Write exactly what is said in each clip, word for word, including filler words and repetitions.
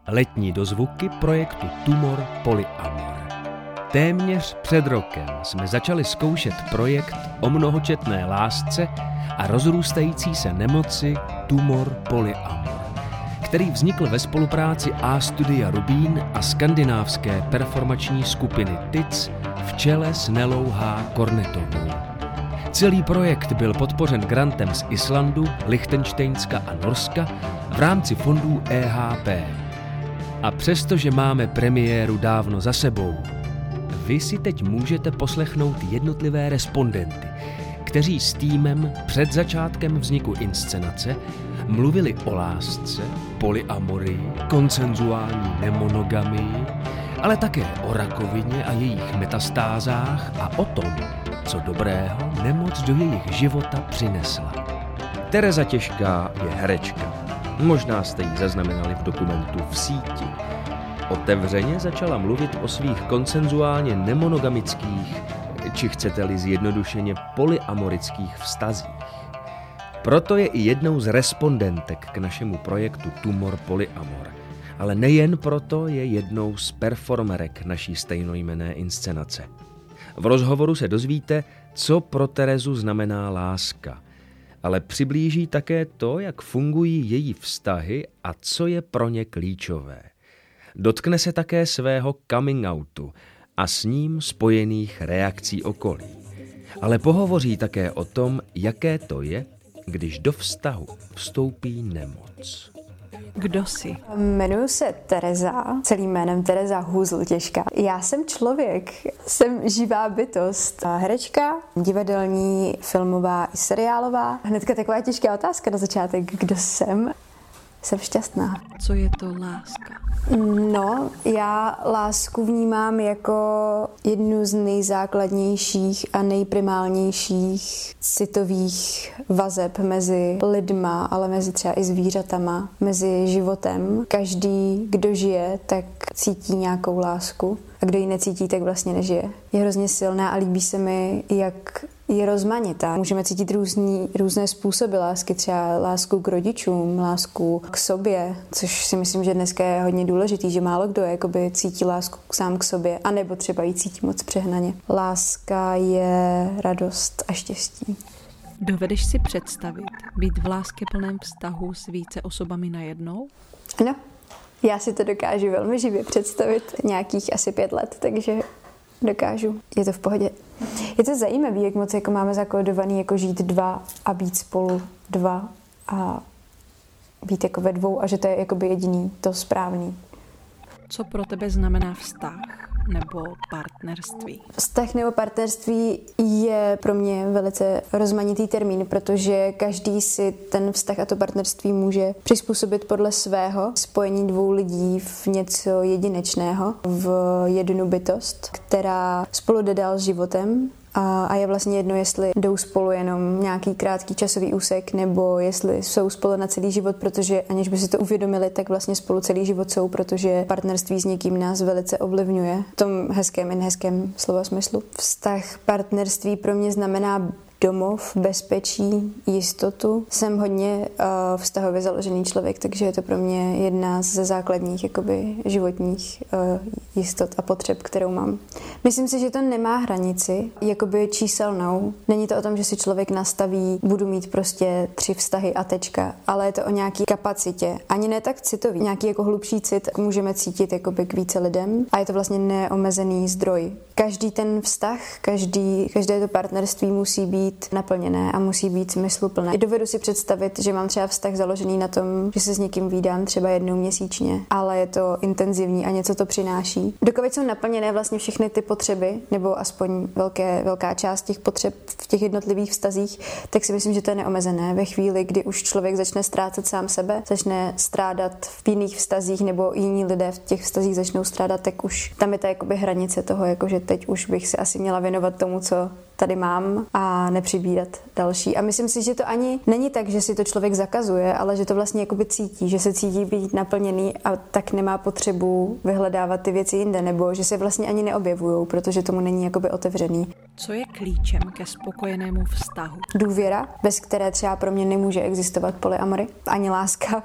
letní dozvuky projektu Tumor Polyamor. Téměř před rokem jsme začali zkoušet projekt o mnohočetné lásce a rozrůstající se nemoci Tumor Polyamor, který vznikl ve spolupráci A-Studia Rubín a skandinávské performační skupiny T I C v čele s Nelou H. Kornetovou. Celý projekt byl podpořen grantem z Islandu, Lichtenštejnska a Norska v rámci fondů E H P. A přestože máme premiéru dávno za sebou, vy si teď můžete poslechnout jednotlivé respondenty, kteří s týmem před začátkem vzniku inscenace mluvili o lásce, polyamorii, konsenzuální nemonogamii, ale také o rakovině a jejich metastázách a o tom, co dobrého nemoc do jejich života přinesla. Tereza Těžká je herečka. Možná jste ji zaznamenali v dokumentu V síti. Otevřeně začala mluvit o svých konsenzuálně nemonogamických, či chcete-li zjednodušeně polyamorických vztazích. Proto je i jednou z respondentek k našemu projektu Tumor Polyamor. Ale nejen proto je jednou z performerek naší stejnojmenné inscenace. V rozhovoru se dozvíte, co pro Terezu znamená láska, ale přiblíží také to, jak fungují její vztahy a co je pro ně klíčové. Dotkne se také svého coming outu a s ním spojených reakcí okolí. Ale pohovoří také o tom, jaké to je, když do vztahu vstoupí nemoc. Kdo jsi? Jmenuji se Tereza, celým jménem Tereza Hůzl Těžká. Já jsem člověk, jsem živá bytost. Herečka, divadelní, filmová i seriálová. Hnedka taková těžká otázka na začátek. Kdo jsem? Jsem šťastná. Co je to láska? No, já lásku vnímám jako jednu z nejzákladnějších a nejprimálnějších citových vazeb mezi lidma, ale mezi třeba i zvířatama, mezi životem. Každý, kdo žije, tak cítí nějakou lásku a kdo ji necítí, tak vlastně nežije. Je hrozně silná a líbí se mi, jak je rozmanitá. Můžeme cítit různý, různé způsoby lásky, třeba lásku k rodičům, lásku k sobě, což si myslím, že dneska je hodně důležitý, že málo kdo jakoby cítí lásku sám k sobě, anebo třeba ji cítí moc přehnaně. Láska je radost a štěstí. Dovedeš si představit být v láskyplném vztahu s více osobami najednou? No, já si to dokážu velmi živě představit, nějakých asi pět let, takže dokážu. Je to v pohodě. Je to zajímavé, jak moc jako máme zakódovaný jako žít dva a být spolu dva a být jako ve dvou a že to je jakoby jediný, to správný. Co pro tebe znamená vztah nebo partnerství? Vztah nebo partnerství je pro mě velice rozmanitý termín, protože každý si ten vztah a to partnerství může přizpůsobit podle svého spojení dvou lidí v něco jedinečného, v jednu bytost, která spolu jde dál životem. A je vlastně jedno, jestli jdou spolu jenom nějaký krátký časový úsek, nebo jestli jsou spolu na celý život, protože aniž by si to uvědomili, tak vlastně spolu celý život jsou, protože partnerství s někým nás velice ovlivňuje. V tom hezkém i nehezkém slova smyslu. Vztah partnerství pro mě znamená domov, bezpečí, jistotu. Jsem hodně uh, vztahově založený člověk, takže je to pro mě jedna ze základních jakoby, životních uh, jistot a potřeb, kterou mám. Myslím si, že to nemá hranici, jakoby číselnou. Není to o tom, že si člověk nastaví, budu mít prostě tři vztahy a tečka, ale je to o nějaký kapacitě. Ani ne tak citový. Nějaký jako hlubší cit můžeme cítit jakoby k více lidem a je to vlastně neomezený zdroj. Každý ten vztah, každý, každé to partnerství musí být naplněné a musí být smysluplné. Dovedu si představit, že mám třeba vztah založený na tom, že se s někým vídám třeba jednou měsíčně, ale je to intenzivní a něco to přináší. Dokud jsou naplněné vlastně všechny ty potřeby, nebo aspoň velké, velká část těch potřeb v těch jednotlivých vztazích, tak si myslím, že to je neomezené. Ve chvíli, kdy už člověk začne ztrácet sám sebe, začne strádat v jiných vztazích nebo jiní lidé v těch vztazích začnou strádat, tak už tam je ta jakoby hranice toho, jakože teď už bych se asi měla věnovat tomu, co tady mám a nepřibírat další. A myslím si, že to ani není tak, že si to člověk zakazuje, ale že to vlastně jakoby cítí, že se cítí být naplněný a tak nemá potřebu vyhledávat ty věci jinde, nebo že se vlastně ani neobjevujou, protože tomu není jakoby otevřený. Co je klíčem ke spokojenému vztahu? Důvěra, bez které třeba pro mě nemůže existovat polyamory, ani láska.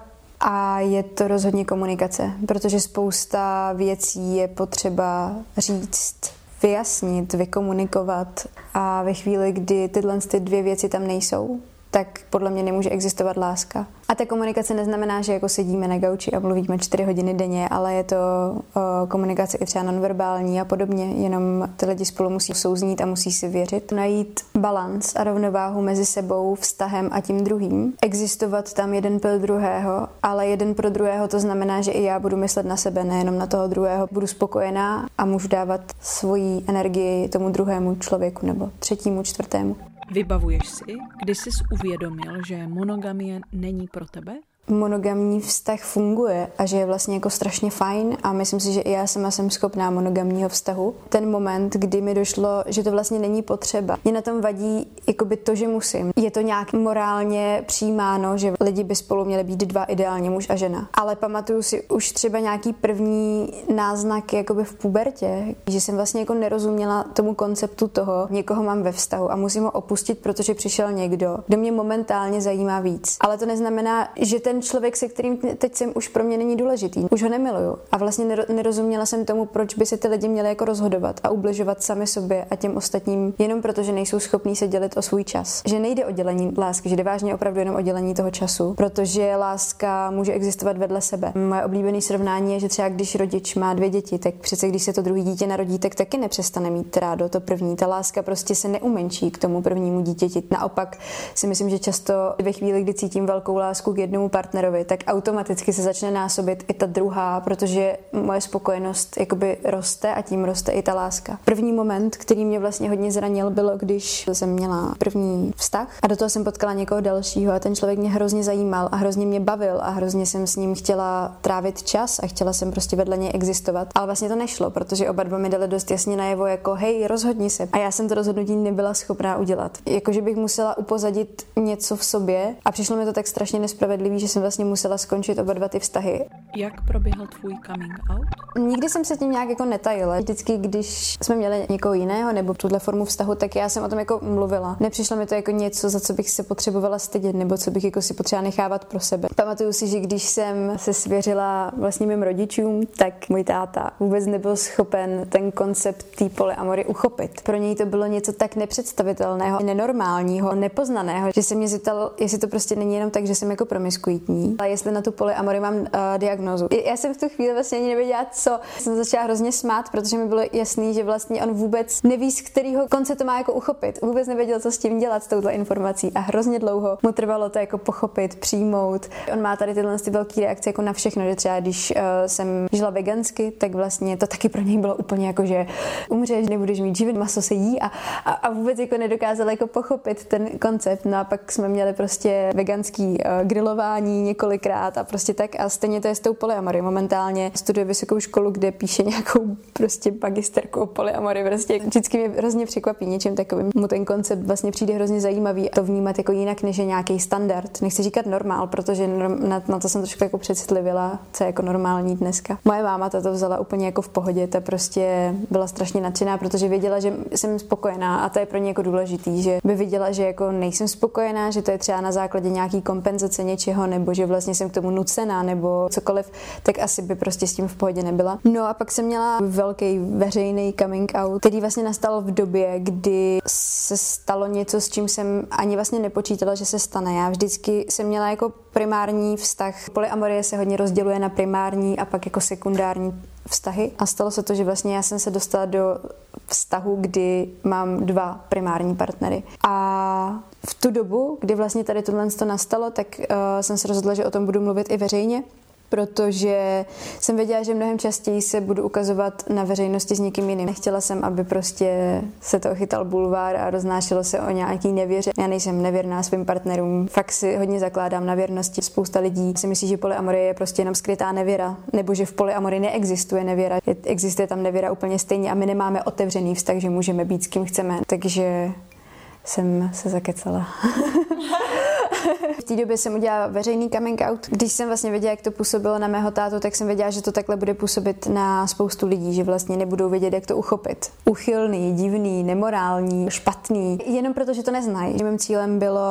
A je to rozhodně komunikace, protože spousta věcí je potřeba říct, vyjasnit, vykomunikovat a ve chvíli, kdy tyhle ty dvě věci tam nejsou, tak podle mě nemůže existovat láska. A ta komunikace neznamená, že jako sedíme na gauči a mluvíme čtyři hodiny denně, ale je to o, komunikace i třeba nonverbální a podobně, jenom ty lidi spolu musí souznít a musí si věřit. Najít balans a rovnováhu mezi sebou, vztahem a tím druhým. Existovat tam jeden pro druhého, ale jeden pro druhého to znamená, že i já budu myslet na sebe, nejenom na toho druhého. Budu spokojená a můžu dávat svoji energii tomu druhému člověku nebo třetímu, čtvrtému. Vybavuješ si, kdy jsi uvědomil, že monogamie není pro tebe? Monogamní vztah funguje a že je vlastně jako strašně fajn a myslím si, že i já sama jsem schopná monogamního vztahu. Ten moment, kdy mi došlo, že to vlastně není potřeba. Mě na tom vadí jakoby to, že musím. Je to nějak morálně přijímáno, že lidi by spolu měli být dva, ideálně muž a žena. Ale pamatuju si už třeba nějaký první náznak jakoby v pubertě, že jsem vlastně jako nerozuměla tomu konceptu toho, někoho mám ve vztahu a musím ho opustit, protože přišel někdo, kdo mě momentálně zajímá víc. Ale to neznamená, že ten člověk, se kterým teď jsem, už pro mě není důležitý. Už ho nemiluju. A vlastně nerozuměla jsem tomu, proč by se ty lidi měli jako rozhodovat a ubližovat sami sobě a těm ostatním, jenom proto, že nejsou schopní se dělit o svůj čas. Že nejde o dělení lásky, že jde vážně opravdu jenom o dělení toho času, protože láska může existovat vedle sebe. Moje oblíbené srovnání je, že třeba když rodič má dvě děti, tak přece když se to druhé dítě narodí, tak taky nepřestane mít rádo to první. Ta láska prostě se neumenší k tomu prvnímu dítěti. Naopak si myslím, že často ve chvíli, kdy cítím velkou lásku k jednomu partnerovi, tak automaticky se začne násobit i ta druhá, protože moje spokojenost jakoby roste a tím roste i ta láska. První moment, který mě vlastně hodně zranil, bylo, když jsem měla první vztah a do toho jsem potkala někoho dalšího a ten člověk mě hrozně zajímal a hrozně mě bavil a hrozně jsem s ním chtěla trávit čas a chtěla jsem prostě vedle něj existovat. Ale vlastně to nešlo, protože oba dva mi dali dost jasně najevo jako hej, rozhodni se. A já jsem to rozhodnutí nebyla schopná udělat. Jakože bych musela upozadit něco v sobě a přišlo mi to tak strašně nespravedlivý, že jsem vlastně musela skončit oba dva ty vztahy. Jak proběhl tvůj coming out? Nikdy jsem se tím nějak jako netajila. Vždycky, když jsme měli někoho jiného nebo tuhle formu vztahu, tak já jsem o tom jako mluvila. Nepřišlo mi to jako něco, za co bych se potřebovala stydět nebo co bych jako si potřeba nechávat pro sebe. Pamatuju si, že když jsem se svěřila vlastně mým rodičům, tak můj táta vůbec nebyl schopen ten koncept té polyamory uchopit. Pro něj to bylo něco tak nepředstavitelného, nenormálního, nepoznaného, že se mě zeptal, jestli to prostě není jenom tak, že jsem jako promiskuitní, ale jestli na tu polyamory mám uh, diagnózu. Já jsem v tu chvíli vlastně ani nevěděla, co. Jsem začala hrozně smát, protože mi bylo jasný, že vlastně on vůbec neví, z kterého konce to má jako uchopit. Vůbec nevěděl, co s tím dělat, s touhle informací a hrozně dlouho mu trvalo to jako pochopit, přijmout. On má tady tyhle ty velké reakce jako na všechno, že třeba když uh, jsem žila vegansky, tak vlastně to taky pro něj bylo úplně jako, že umřeš, nebudeš mít živit, maso se jí a, a, a vůbec jako nedokázal jako pochopit ten koncept. No a pak jsme měli prostě veganský uh, grilování několikrát a prostě tak a stejně to je s tou polyamory. Momentálně studuje vysokou školu, kde píše nějakou prostě magisterku o polyamory. Prostě vždycky mě hrozně překvapí něčím takovým. Mu ten koncept vlastně přijde hrozně zajímavý a to vnímat jako jinak, než je nějaký standard. Nechci říkat normál, protože na, na to jsem trošku jako přecitlivila, co je jako normální dneska. Moje máma to vzala úplně jako v pohodě, ta prostě byla strašně nadšená, protože věděla, že jsem spokojená a to je pro ně jako důležitý, že by viděla, že jako nejsem spokojená, že to je třeba na základě nějaký kompenzace něčeho nebo že vlastně jsem k tomu nucená nebo cokoliv, tak asi by prostě s tím v pohodě nebyla. No a pak jsem měla velký veřejný coming out, který vlastně nastal v době, kdy se stalo něco, s čím jsem ani vlastně nepočítala, že se stane. Já vždycky jsem měla jako primární vztah. Polyamorie se hodně rozděluje na primární a pak jako sekundární vztahy. A stalo se to, že vlastně já jsem se dostala do vztahu, kdy mám dva primární partnery. A v tu dobu, kdy vlastně tady tohle nastalo, tak uh, jsem se rozhodla, že o tom budu mluvit i veřejně, protože jsem věděla, že mnohem častěji se budu ukazovat na veřejnosti s někým jiným. Nechtěla jsem, aby prostě se to chytal bulvár a roznášelo se o nějaký nevěře. Já nejsem nevěrná svým partnerům. Fakt si hodně zakládám na věrnosti. Spousta lidí si myslí, že polyamorie je prostě jenom skrytá nevěra, nebo že v polyamorii neexistuje nevěra. Existuje tam nevěra úplně stejně a my nemáme otevřený vztah, že můžeme být s kým chceme. Takže jsem se zakecala. V té době jsem udělala veřejný coming out. Když jsem vlastně věděla, jak to působilo na mého tátu, tak jsem věděla, že to takhle bude působit na spoustu lidí, že vlastně nebudou vědět, jak to uchopit. Uchylný, divný, nemorální, špatný, jenom proto, že to neznají. Mým cílem bylo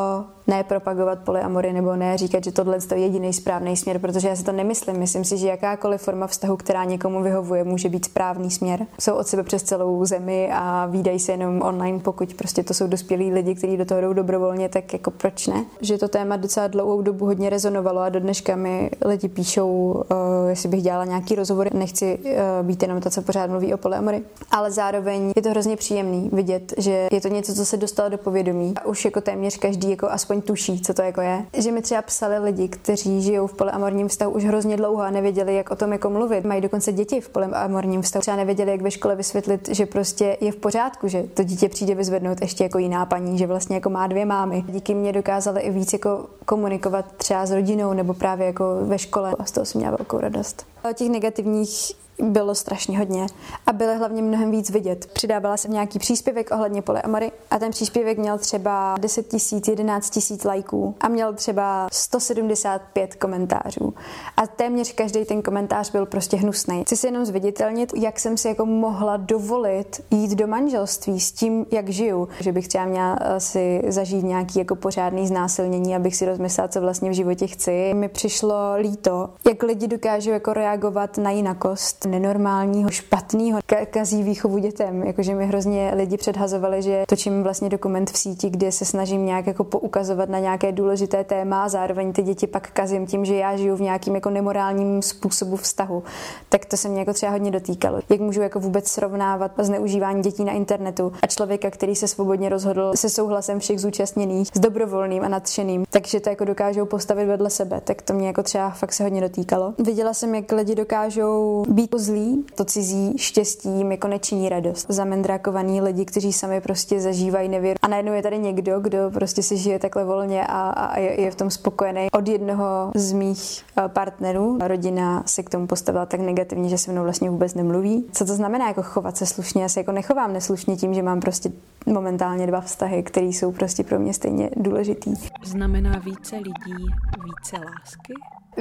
ne propagovat polyamory nebo ne říkat, že tohle je jediný správný směr, protože já si to nemyslím. Myslím si, že jakákoliv forma vztahu, která někomu vyhovuje, může být správný směr. Jsou od sebe přes celou zemi a vídají se jenom online, pokud prostě to jsou dospělí lidi, kteří do toho jdou dobrovolně, tak jako proč ne? Že to téma docela dlouhou dobu hodně rezonovalo a do dneška mi lidi píšou, uh, jestli bych dělala nějaký rozhovor. Nechci uh, být jenom to, co pořád mluví o polyamory, ale zároveň je to hrozně příjemný vidět, že je to něco, co se dostalo do povědomí. A už jako téměř každý jako aspoň tuší, co to jako je. Že mi třeba psali lidi, kteří žijou v polyamorním vztahu už hrozně dlouho a nevěděli, jak o tom jako mluvit. Mají dokonce děti v polyamorním vztahu. Třeba nevěděli, jak ve škole vysvětlit, že prostě je v pořádku, že to dítě přijde vyzvednout ještě jako jiná paní, že vlastně jako má dvě mámy. Díky mě dokázali i víc jako komunikovat třeba s rodinou nebo právě jako ve škole a z toho jsem měla velkou radost. Těch negativních bylo strašně hodně a byly hlavně mnohem víc vidět. Přidávala jsem nějaký příspěvek ohledně polyamory a ten příspěvek měl třeba deset tisíc, jedenáct tisíc lajků a měl třeba sto sedmdesát pět komentářů. A téměř každý ten komentář byl prostě hnusnej. Chci si jenom zviditelnit, jak jsem si jako mohla dovolit jít do manželství s tím, jak žiju. Že bych třeba měla si zažít nějaký jako pořádný znásilnění, abych si rozmyslela, co vlastně v životě chci. Mi přišlo líto, jak lidi dokážou jako reagovat na jinakost, nenormálního, špatného, kazí výchovu dětem. Jakože mi hrozně lidi předhazovali, že točím vlastně dokument v síti, kde se snažím nějak jako poukazovat na nějaké důležité téma a zároveň ty děti pak kazím tím, že já žiju v nějakým jako nemorálním způsobu vztahu. Tak to se mě jako třeba hodně dotýkalo. Jak můžu jako vůbec srovnávat zneužívání dětí na internetu a člověka, který se svobodně rozhodl se souhlasem všech zúčastněných, s dobrovolným a nadšeným, takže to jako dokážou postavit vedle sebe. Tak to mě jako třeba fakt se hodně dotýkalo. Viděla jsem, jak lidi dokážou být zlí, to cizí štěstí jim jako nečiní radost. Zamendrakovaný lidi, kteří sami prostě zažívají nevěru. A najednou je tady někdo, kdo prostě si žije takhle volně a, a je, je v tom spokojený. Od jednoho z mých partnerů rodina se k tomu postavila tak negativně, že se mnou vlastně vůbec nemluví. Co to znamená jako chovat se slušně? Já se jako nechovám neslušně tím, že mám prostě momentálně dva vztahy, které jsou prostě pro mě stejně důležitý. Znamená více lidí, více lásky?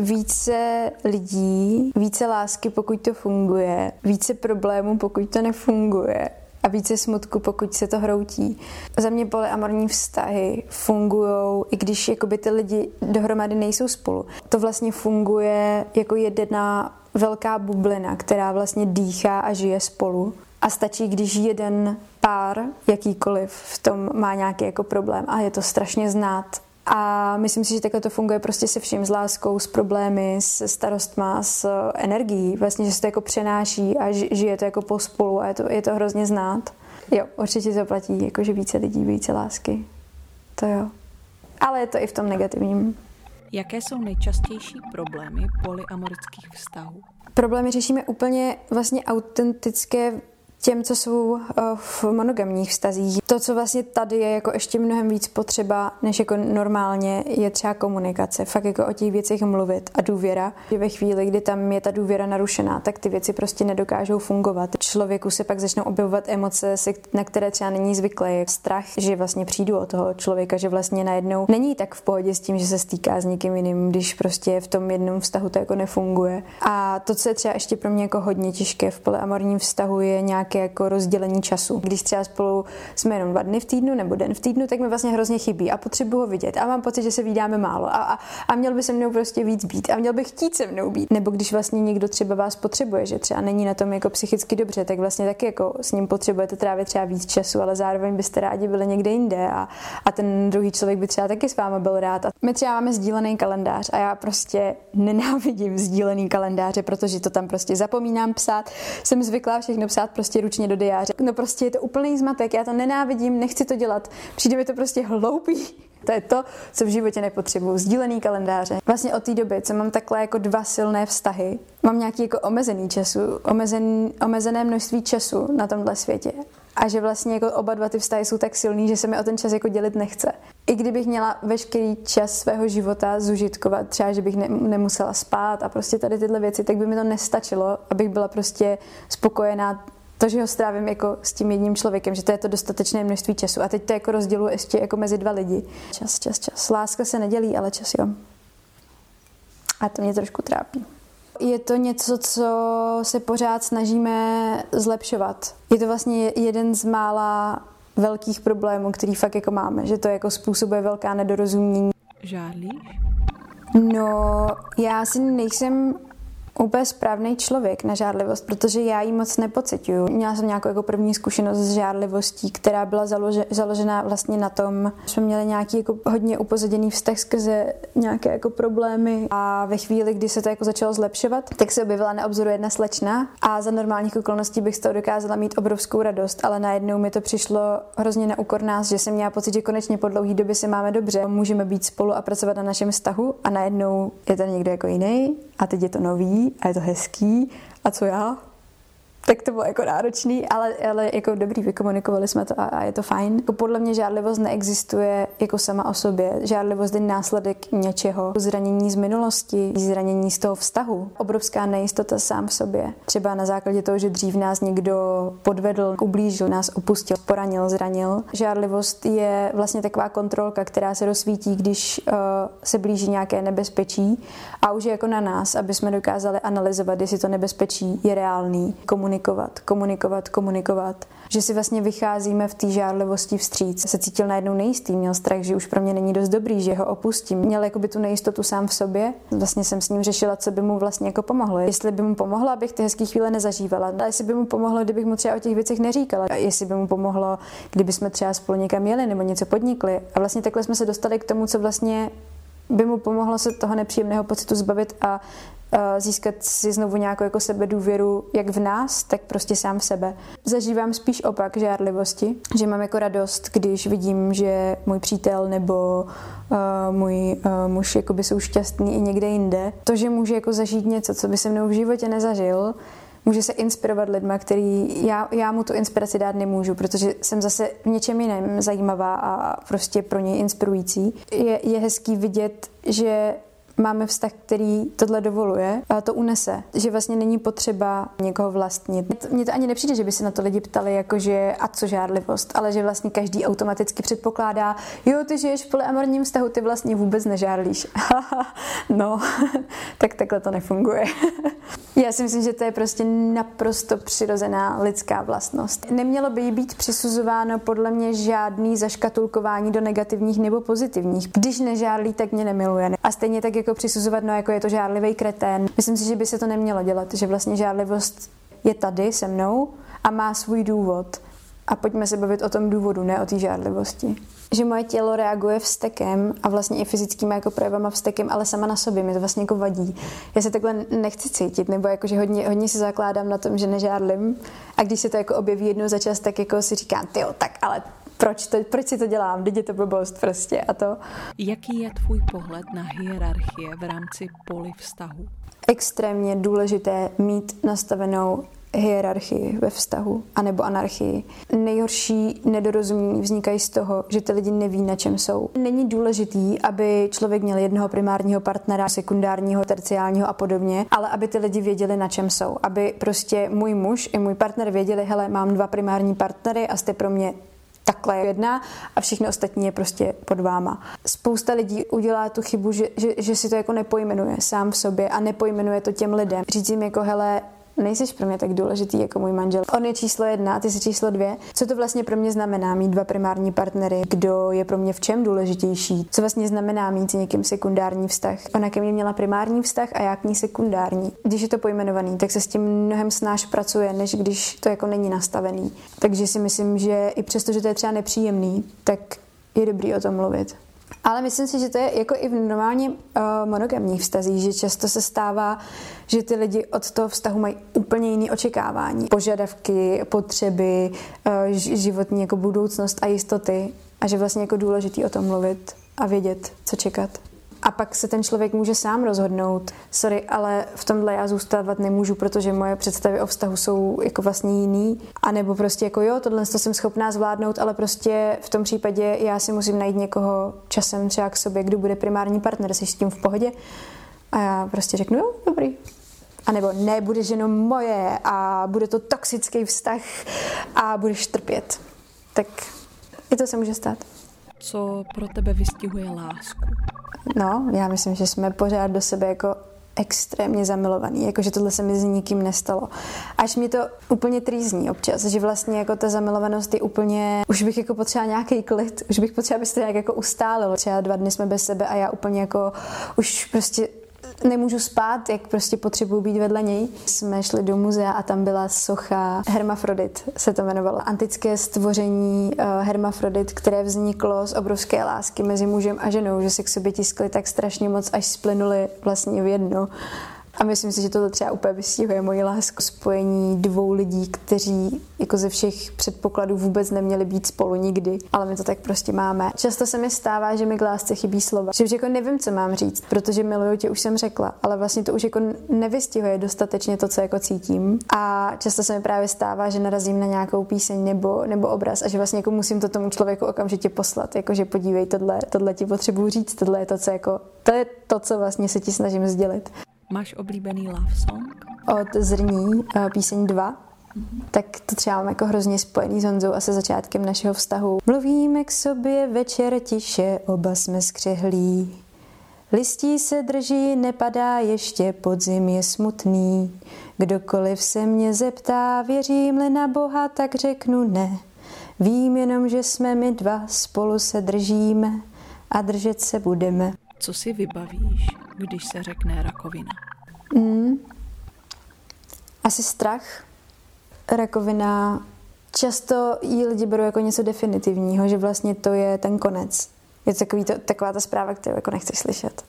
Více lidí, více lásky, pokud to funguje, více problémů, pokud to nefunguje a více smutku, pokud se to hroutí. Za mě polyamorní vztahy fungujou, i když jakoby ty lidi dohromady nejsou spolu. To vlastně funguje jako jedna velká bublina, která vlastně dýchá a žije spolu. A stačí, když jeden pár, jakýkoliv, v tom má nějaký jako problém a je to strašně znát. A myslím si, že takhle to funguje prostě se vším, s láskou, s problémy, s starostma, s energií. Vlastně, že se to jako přenáší a žije to jako pospolu a je to, je to hrozně znát. Jo, určitě to platí, jakože více lidí, více lásky. To jo. Ale je to i v tom negativním. Jaké jsou nejčastější problémy polyamorických vztahů? Problémy řešíme úplně vlastně autentické těm, co jsou v monogamních vztazích. To, co vlastně tady je jako ještě mnohem víc potřeba, než jako normálně, je třeba komunikace. Fakt jako o těch věcech mluvit a důvěra. Ve chvíli, kdy tam je ta důvěra narušená, tak ty věci prostě nedokážou fungovat. Člověku se pak začnou objevovat emoce, na které třeba není zvyklý. Strach, že vlastně přijdu od toho člověka, že vlastně najednou není tak v pohodě s tím, že se stýká s někým jiným, když prostě v tom jednom vztahu to jako nefunguje. A to, co je třeba ještě pro mě jako hodně těžké v polyamorním vztahu, je nějak jako rozdělení času. Když třeba spolu jsme jenom dva dny v týdnu nebo den v týdnu, tak mi vlastně hrozně chybí a potřebuji ho vidět a mám pocit, že se vídáme málo a, a, a měl by se mnou prostě víc být a měl by chtít se mnou být. Nebo když vlastně někdo třeba vás potřebuje, že třeba není na tom jako psychicky dobře, tak vlastně taky jako s ním potřebujete trávit třeba víc času, ale zároveň byste rádi byli někde jinde a, a ten druhý člověk by třeba taky s váma byl rád. A my třeba máme sdílený kalendář a já prostě nenávidím sdílený kalendáře, protože to tam prostě zapomínám psát. Jsem zvyklá všechno psát prostě ručně do diáře. No prostě je to úplný zmatek, já to nenávidím, nechci to dělat. Přijde mi to prostě hloupý. To je to, co v životě nepotřebuju. Sdílený kalendáře. Vlastně od té doby, co mám takhle jako dva silné vztahy, mám nějaký jako omezený času, omezen, omezené množství času na tomhle světě. A že vlastně jako oba dva ty vztahy jsou tak silný, že se mi o ten čas jako dělit nechce. I kdybych měla veškerý čas svého života zužitkovat, třeba, že bych ne, nemusela spát a prostě tady tyhle věci, tak by mi to nestačilo, abych byla prostě spokojená to, že ho strávím jako s tím jedním člověkem, že to je to dostatečné množství času. A teď to jako rozděluji ještě jako mezi dva lidi. Čas, čas, čas. Láska se nedělí, ale čas jo. A to mě trošku trápí. Je to něco, co se pořád snažíme zlepšovat. Je to vlastně jeden z mála velkých problémů, který fakt jako máme, že to jako způsobuje velká nedorozumění. Žárlíš? No, já si nejsem úplně správný člověk na žárlivost, protože já ji moc nepociťuju. Měla jsem nějakou jako první zkušenost s žárlivostí, která byla založe, založená vlastně na tom, že jsme měli nějaký jako hodně upozaděný vztah skrze nějaké jako problémy a ve chvíli, kdy se to jako začalo zlepšovat, tak se objevila na obzoru jedna slečna a za normálních okolností bych z toho dokázala mít obrovskou radost, ale najednou mi to přišlo hrozně na úkor nás, že jsem měla pocit, že konečně po dlouhé době se máme dobře, můžeme být spolu a pracovat na našem vztahu a najednou je to někdo jako jiný a teď je to nový a je to hezký. A co já? Tak to bylo jako náročný, ale, ale jako dobrý, vykomunikovali jsme to a, a je to fajn. Jako podle mě žárlivost neexistuje jako sama o sobě. Žárlivost je následek něčeho. Zranění z minulosti, zranění z toho vztahu. Obrovská nejistota sám v sobě. Třeba na základě toho, že dřív nás někdo podvedl, ublížil, nás opustil, poranil, zranil. Žárlivost je vlastně taková kontrolka, která se rozsvítí, když uh, se blíží nějaké nebezpečí a už je jako na nás, aby jsme dokázali analyzovat, jestli to nebezpečí je reálný. Komunikovat, komunikovat, komunikovat. Že si vlastně vycházíme v té žárlivosti vstříc. Se cítil najednou nejistý, měl strach, že už pro mě není dost dobrý, že ho opustím. Měl jakoby tu nejistotu sám v sobě. Vlastně jsem s ním řešila, co by mu vlastně jako pomohlo. Jestli by mu pomohlo, abych ty hezké chvíle nezažívala. A jestli by mu pomohlo, kdybych mu třeba o těch věcech neříkala. A jestli by mu pomohlo, kdyby jsme třeba spolu někam jeli nebo něco podnikli. A vlastně takhle jsme se dostali k tomu, co vlastně by mu pomohlo se toho nepříjemného pocitu zbavit a získat si znovu nějakou jako sebedůvěru jak v nás, tak prostě sám v sebe. Zažívám spíš opak žárlivosti, že mám jako radost, když vidím, že můj přítel nebo uh, můj uh, muž jakoby jsou šťastný i někde jinde. To, že může jako zažít něco, co by se mnou v životě nezažil, může se inspirovat lidma, který já, já mu tu inspiraci dát nemůžu, protože jsem zase v něčem jiném zajímavá a prostě pro něj inspirující. Je, je hezký vidět, že máme vztah, který tohle dovoluje a to unese, že vlastně není potřeba někoho vlastnit. Mně to ani nepřijde, že by se na to lidi ptali, jakože a co žárlivost, ale že vlastně každý automaticky předpokládá, jo, ty žiješ v polyamorním vztahu, ty vlastně vůbec nežárlíš. No, tak takhle to nefunguje. Já si myslím, že to je prostě naprosto přirozená lidská vlastnost. Nemělo by jí být přisuzováno podle mě žádný zaškatulkování do negativních nebo pozitivních. Když nežárlí, tak mě nemiluje. A stejně tak jako přisuzovat, no jako je to žárlivý kretén. Myslím si, že by se to nemělo dělat, že vlastně žárlivost je tady se mnou a má svůj důvod. A pojďme se bavit o tom důvodu, ne o té žárlivosti. Že moje tělo reaguje vztekem a vlastně i fyzickými jako projevama vztekem, ale sama na sobě mi to vlastně jako vadí. Já se takhle nechci cítit, nebo jako, že hodně, hodně si zakládám na tom, že nežárlim a když se to jako objeví jednou za čas, tak jako si říkám, tyjo, tak ale proč, to, proč si to dělám, teď je to blbost prostě a to. Jaký je tvůj pohled na hierarchie v rámci polyvztahu? Extrémně důležité mít nastavenou hierarchii ve vztahu, anebo anarchii. Nejhorší nedorozumění vznikají z toho, že ty lidi neví, na čem jsou. Není důležitý, aby člověk měl jednoho primárního partnera, sekundárního, terciálního a podobně, ale aby ty lidi věděli, na čem jsou. Aby prostě můj muž i můj partner věděli, hele, mám dva primární partnery a jste pro mě takhle jedna a všichni ostatní je prostě pod váma. Spousta lidí udělá tu chybu, že, že, že si to jako nepojmenuje sám v sobě a nepojmenuje to těm lidem. Říct jim jako, hele, nejseš pro mě tak důležitý jako můj manžel. On je číslo jedna, ty jsi číslo dvě. Co to vlastně pro mě znamená mít dva primární partnery? Kdo je pro mě v čem důležitější? Co vlastně znamená mít s někým sekundární vztah? Ona ke mně měla primární vztah a já k ní sekundární. Když je to pojmenovaný, tak se s tím mnohem snáš pracuje, než když to jako není nastavený. Takže si myslím, že i přesto, že to je třeba nepříjemný, tak je dobrý o tom mluvit. Ale myslím si, že to je jako i v normálně uh, monogamních vztazích, že často se stává, že ty lidi od toho vztahu mají úplně jiné očekávání. Požadavky, potřeby, uh, životní jako budoucnost a jistoty. A že vlastně jako důležitý o tom mluvit a vědět, co čekat. A pak se ten člověk může sám rozhodnout. Sorry, ale v tomhle já zůstávat nemůžu, protože moje představy o vztahu jsou jako vlastně jiný. A nebo prostě jako jo, tohle to jsem schopná zvládnout, ale prostě v tom případě já si musím najít někoho časem třeba k sobě, kdo bude primární partner, jsi s tím v pohodě. A já prostě řeknu, jo, dobrý. A nebo ne, budeš jenom moje a bude to toxický vztah a budeš trpět. Tak i to se může stát. Co pro tebe vystihuje lásku? No, já myslím, že jsme pořád do sebe jako extrémně zamilovaný, jakože tohle se mi s nikým nestalo. Až mě to úplně trýzní občas, že vlastně jako ta zamilovanost je úplně, už bych jako potřeba nějaký klid, už bych potřeba, aby se to nějak jako ustálilo. Třeba dva dny jsme bez sebe a já úplně jako už prostě nemůžu spát, jak prostě potřebuju být vedle něj. Jsme šli do muzea a tam byla socha Hermafrodit, se to jmenovalo. Antické stvoření uh, Hermafrodit, které vzniklo z obrovské lásky mezi mužem a ženou, že se k sobě tiskli tak strašně moc, až splynuli vlastně v jedno. A myslím si, že to třeba úplně vystihuje moji lásku. Spojení dvou lidí, kteří jako ze všech předpokladů vůbec neměli být spolu nikdy, ale my to tak prostě máme. Často se mi stává, že mi k lásce chybí slova. Že už jako nevím, co mám říct, protože miluju tě, už jsem řekla, ale vlastně to už jako nevystihuje dostatečně to, co jako cítím. A často se mi právě stává, že narazím na nějakou píseň nebo, nebo obraz a že vlastně jako musím to tomu člověku okamžitě poslat, jakože podívej, tohle, tohle ti potřebuju říct, tohle je to, co jako, to je to, co vlastně se ti snažím sdělit. Máš oblíbený love song? Od Zrní, píseň dva, mm-hmm. tak to třeba mám jako hrozně spojený s Honzou a se začátkem našeho vztahu. Mluvíme k sobě večer tiše, oba jsme skřehlí. Listí se drží, nepadá ještě, podzim je smutný. Kdokoliv se mě zeptá, věřím-li na Boha, tak řeknu ne. Vím jenom, že jsme my dva, spolu se držíme a držet se budeme. Co si vybavíš, když se řekne rakovina? Mm. Asi strach. Rakovina, často ji lidi berou jako něco definitivního, že vlastně to je ten konec. Je to takový to, taková ta zpráva, kterou jako nechceš slyšet.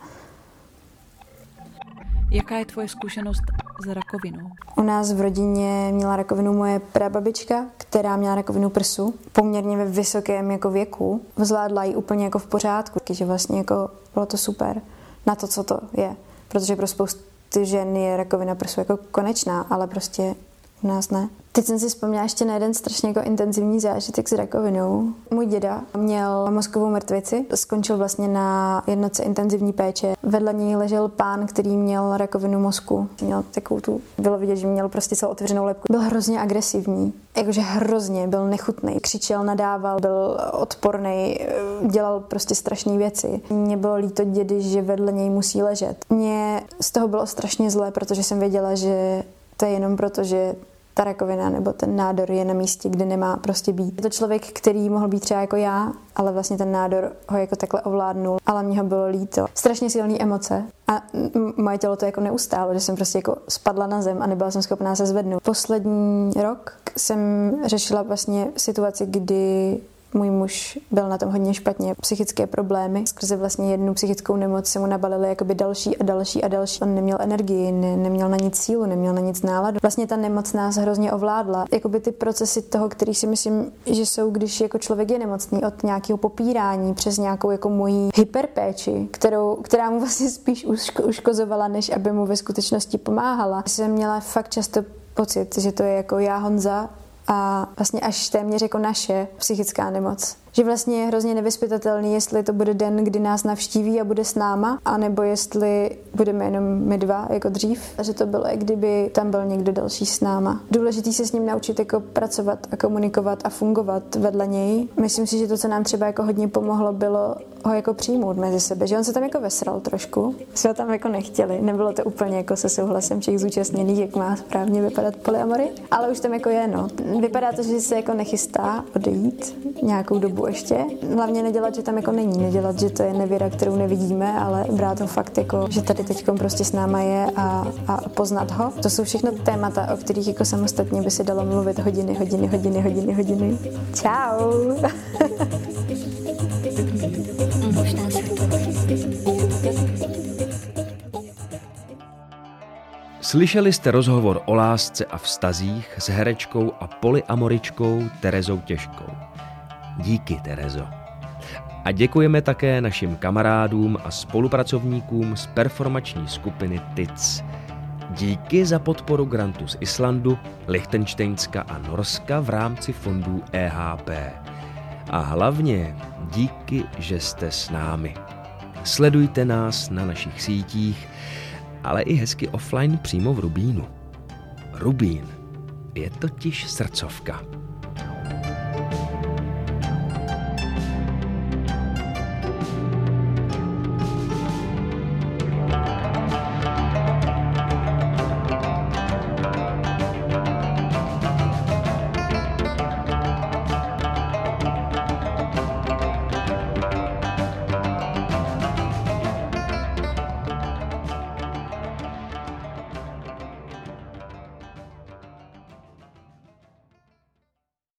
Jaká je tvoje zkušenost s rakovinou? U nás v rodině měla rakovinu moje prababička, která měla rakovinu prsu. Poměrně ve vysokém jako věku. Zvládla ji úplně jako v pořádku. Takže vlastně jako bylo to super na to, co to je. Protože pro spoustu žen je rakovina prsu jako konečná, ale prostě u nás ne. Teď jsem si vzpomněla ještě na jeden strašně jako intenzivní zážitek s rakovinou. Můj děda měl mozkovou mrtvici, skončil vlastně na jednotce intenzivní péče. Vedle něj ležel pán, který měl rakovinu mozku. Měl takovou tu, bylo vidět, že měl prostě celou otevřenou lebku. Byl hrozně agresivní, jakože hrozně, byl nechutný. Křičel, nadával, byl odporný, dělal prostě strašné věci. Mně bylo líto dědy, že vedle něj musí ležet. Mně z toho bylo strašně zlé, protože jsem věděla, že to je jenom proto, že ta rakovina nebo ten nádor je na místě, kde nemá prostě být. Je to člověk, který mohl být třeba jako já, ale vlastně ten nádor ho jako takhle ovládnul, ale mě ho bylo líto. Strašně silné emoce a m- moje tělo to jako neustálo, že jsem prostě jako spadla na zem a nebyla jsem schopná se zvednout. Poslední rok jsem řešila vlastně situaci, kdy můj muž byl na tom hodně špatně, psychické problémy. Skrze vlastně jednu psychickou nemoc se mu nabalily jakoby další a další a další. On neměl energii, ne, neměl na nic sílu, neměl na nic náladu. Vlastně ta nemoc nás hrozně ovládla. Jakoby ty procesy toho, který si myslím, že jsou, když jako člověk je nemocný, od nějakého popírání přes nějakou jako mojí hyperpéči, kterou, která mu vlastně spíš uško, uškozovala, než aby mu ve skutečnosti pomáhala. Jsem měla fakt často pocit, že to je jako já, Honza, a vlastně až téměř jako naše psychická nemoc. Že vlastně je hrozně nevyzpytatelný, jestli to bude den, kdy nás navštíví a bude s náma, anebo jestli budeme jenom my dva, jako dřív. A že to bylo, jak kdyby tam byl někdo další s náma. Důležitý se s ním naučit jako pracovat a komunikovat a fungovat vedle něj. Myslím si, že to, co nám třeba jako hodně pomohlo, bylo ho jako přijmout mezi sebe. Že on se tam jako vesral trošku. Jsme ho tam jako nechtěli. Nebylo to úplně jako se souhlasem všech zúčastněných, jak má správně vypadat polyamory. Ale už tam jako je, no. Vypadá to, že se jako nechystá odejít nějakou dobu ještě. Hlavně nedělat, že tam jako není. Nedělat, že to je nevěra, kterou nevidíme, ale brát ho fakt jako, že tady teďkom prostě s náma je a, a poznat ho. To jsou všechno témata, o kterých jako samostatně by se dalo mluvit hodiny, hodiny, hodiny, hodiny, hodiny. Čau! Slyšeli jste rozhovor o lásce a vztazích s herečkou a polyamoričkou Terezou Těžkou. Díky, Terezo. A děkujeme také našim kamarádům a spolupracovníkům z performační skupiny T I C. Díky za podporu grantů z Islandu, Lichtenštejnska a Norska v rámci fondů E H P. A hlavně díky, že jste s námi. Sledujte nás na našich sítích, ale i hezky offline přímo v Rubínu. Rubín je totiž srdcovka.